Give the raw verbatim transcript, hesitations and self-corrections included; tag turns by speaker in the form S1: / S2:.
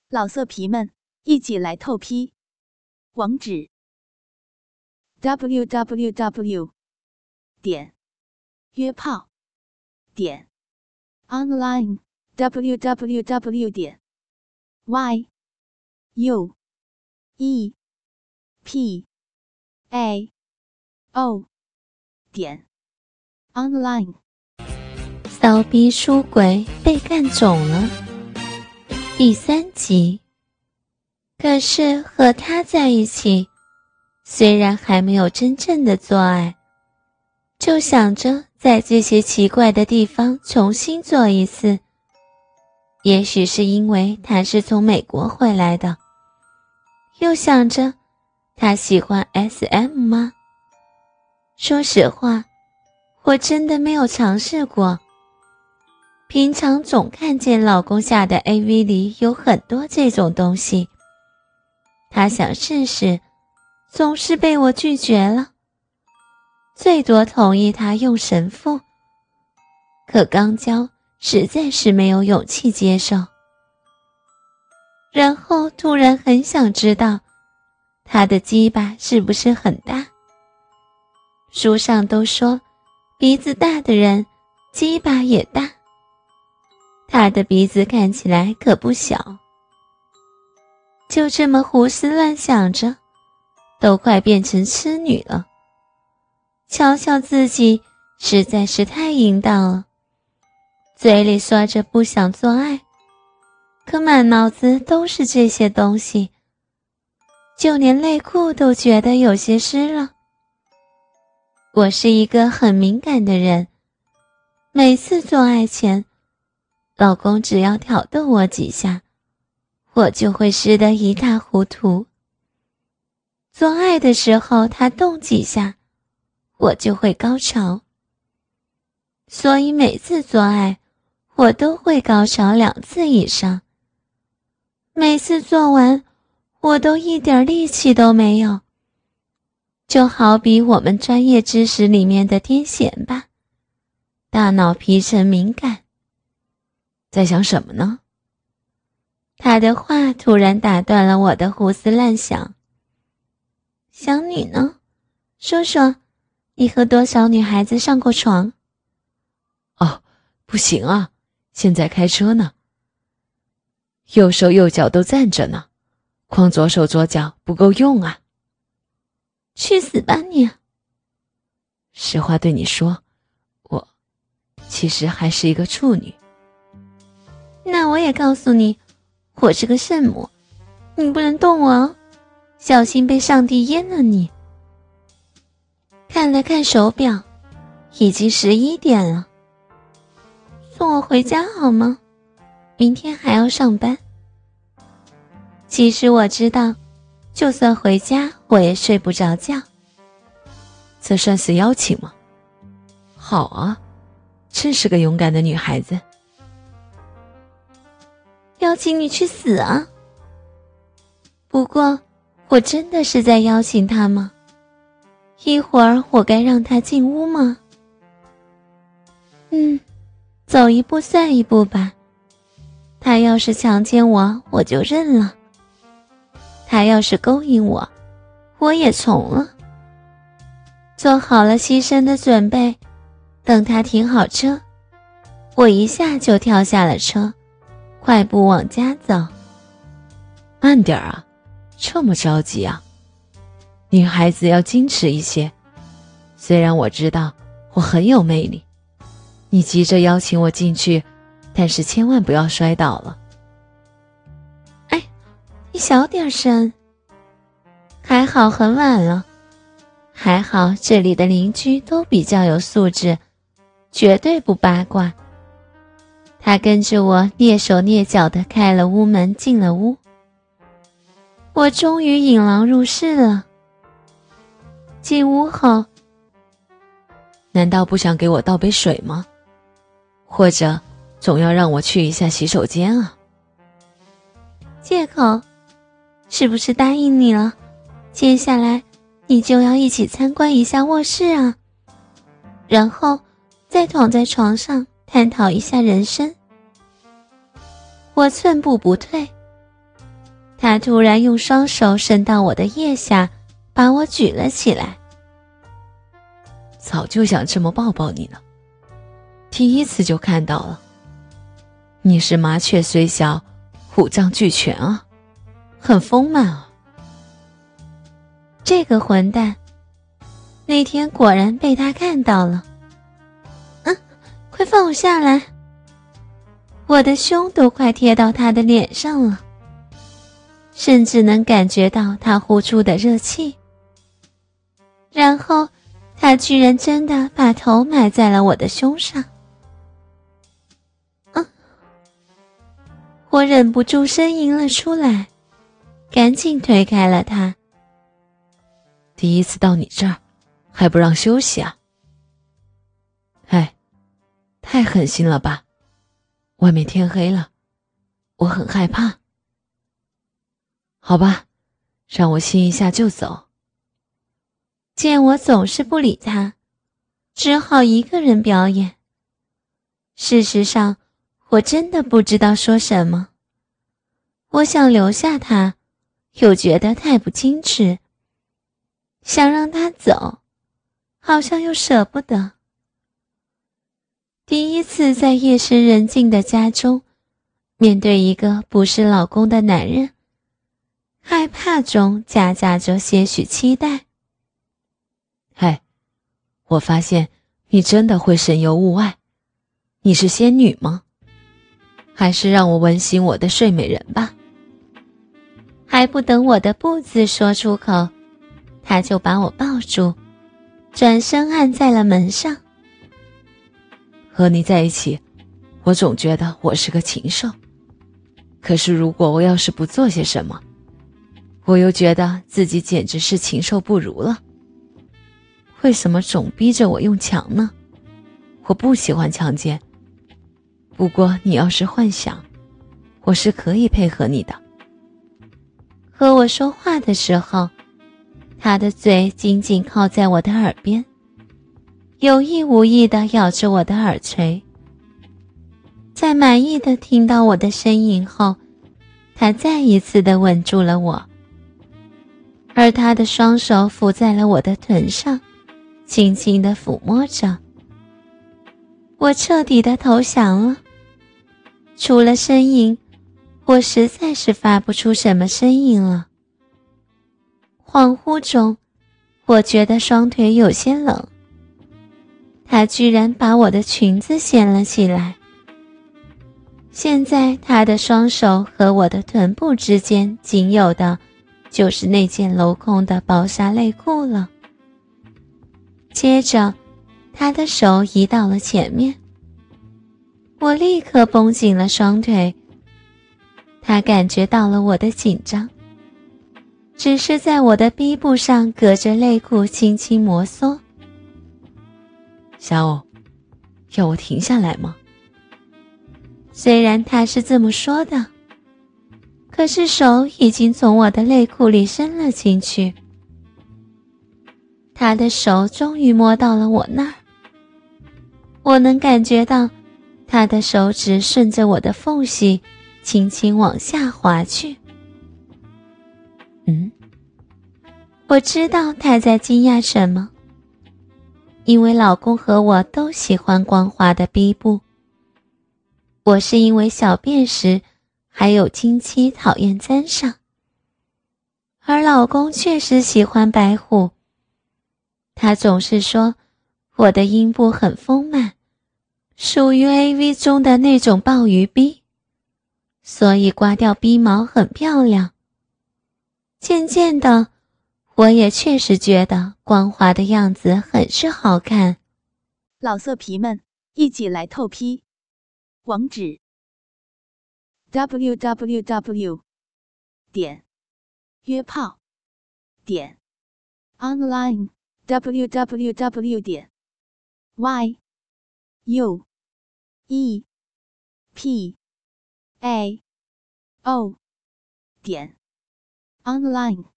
S1: 老色皮们，一起来透批！网址 ：double u double u double u 点约炮点 online double u double u double u 点 y u e p a o 点 online。
S2: 骚逼出轨被干肿了，第三集。可是和他在一起，虽然还没有真正的做爱，就想着在这些奇怪的地方重新做一次。也许是因为他是从美国回来的，又想着他喜欢 S M 吗？说实话，我真的没有尝试过。平常总看见老公下的 A V 里有很多这种东西，他想试试，总是被我拒绝了。最多同意他用神父，可刚交实在是没有勇气接受。然后突然很想知道，他的鸡巴是不是很大？书上都说，鼻子大的人鸡巴也大。他的鼻子看起来可不小。就这么胡思乱想着，都快变成痴女了。瞧瞧自己实在是太淫荡了，嘴里说着不想做爱，可满脑子都是这些东西，就连内裤都觉得有些湿了。我是一个很敏感的人，每次做爱前，老公只要挑逗我几下，我就会湿得一塌糊涂。做爱的时候他动几下，我就会高潮。所以每次做爱，我都会高潮两次以上。每次做完，我都一点力气都没有。就好比我们专业知识里面的癫痫吧，大脑皮层敏感。
S3: 在想什么呢？
S2: 他的话突然打断了我的胡思乱想。想你呢？说说，你和多少女孩子上过床？
S3: 哦，不行啊，现在开车呢。右手右脚都站着呢，光左手左脚不够用啊。
S2: 去死吧你！
S3: 实话对你说，我其实还是一个处女。
S2: 那我也告诉你，我是个圣母，你不能动我哦，小心被上帝淹了你。看了看手表，已经十一点了。送我回家好吗？明天还要上班。其实我知道，就算回家，我也睡不着觉。
S3: 这算是邀请吗？好啊，真是个勇敢的女孩子。
S2: 邀请你去死啊！不过，我真的是在邀请他吗？一会儿我该让他进屋吗？嗯，走一步算一步吧。他要是强奸我，我就认了。他要是勾引我，我也从了。做好了牺牲的准备，等他停好车，我一下就跳下了车，快步往家走。
S3: 慢点啊，这么着急啊？女孩子要矜持一些。虽然我知道我很有魅力，你急着邀请我进去，但是千万不要摔倒了。
S2: 哎，你小点声。还好很晚了，还好这里的邻居都比较有素质，绝对不八卦。他跟着我蹑手蹑脚地开了屋门，进了屋。我终于引狼入室了。进屋后，
S3: 难道不想给我倒杯水吗？或者总要让我去一下洗手间啊？
S2: 借口？是不是答应你了？接下来你就要一起参观一下卧室啊，然后再躺在床上探讨一下人生。我寸步不退， 他突然用双手伸到我的腋下，把我举了起来。
S3: 早就想这么抱抱你呢，第一次就看到了。你是麻雀虽小，五脏俱全啊，很丰满啊。
S2: 这个混蛋，那天果然被他看到了。嗯，快放我下来！我的胸都快贴到他的脸上了，甚至能感觉到他呼出的热气。然后他居然真的把头埋在了我的胸上。嗯，我忍不住呻吟了出来，赶紧推开了他。
S3: 第一次到你这儿，还不让休息啊？哎，太狠心了吧！外面天黑了，我很害怕。好吧，让我亲一下就走。
S2: 见我总是不理他，只好一个人表演。事实上，我真的不知道说什么。我想留下他，又觉得太不矜持；想让他走，好像又舍不得。第一次在夜深人静的家中，面对一个不是老公的男人，害怕中夹杂着些许期待。
S3: 嗨，我发现你真的会神游物外，你是仙女吗？还是让我吻醒我的睡美人吧。
S2: 还不等我的不字说出口，他就把我抱住，转身按在了门上。
S3: 和你在一起，我总觉得我是个禽兽。可是如果我要是不做些什么，我又觉得自己简直是禽兽不如了。为什么总逼着我用强呢？我不喜欢强奸。不过你要是幻想，我是可以配合你的。
S2: 和我说话的时候，他的嘴紧紧靠在我的耳边，有意无意地咬着我的耳垂。在满意地听到我的呻吟后，他再一次地吻住了我，而他的双手扶在了我的臀上，轻轻地抚摸着。我彻底地投降了，除了呻吟，我实在是发不出什么声音了。恍惚中，我觉得双腿有些冷，他居然把我的裙子掀了起来。现在他的双手和我的臀部之间仅有的就是那件镂空的薄纱内裤了。接着他的手移到了前面，我立刻绷紧了双腿。他感觉到了我的紧张，只是在我的逼部上隔着内裤轻轻摩挲。
S3: 小偶，要我停下来吗？
S2: 虽然他是这么说的，可是手已经从我的内裤里伸了进去。他的手终于摸到了我那儿，我能感觉到他的手指顺着我的缝隙轻轻往下滑去。
S3: 嗯，
S2: 我知道他在惊讶什么，因为老公和我都喜欢光滑的逼部。我是因为小便时还有经期讨厌沾上，而老公确实喜欢白虎。他总是说我的阴部很丰满，属于 A V 中的那种鲍鱼逼，所以刮掉逼毛很漂亮。渐渐的，我也确实觉得光滑的样子很是好看。
S1: 老色皮们，一起来透批！网址 ：double u double u double u 点约炮点 online w w w 点 y u e p a o 点 online。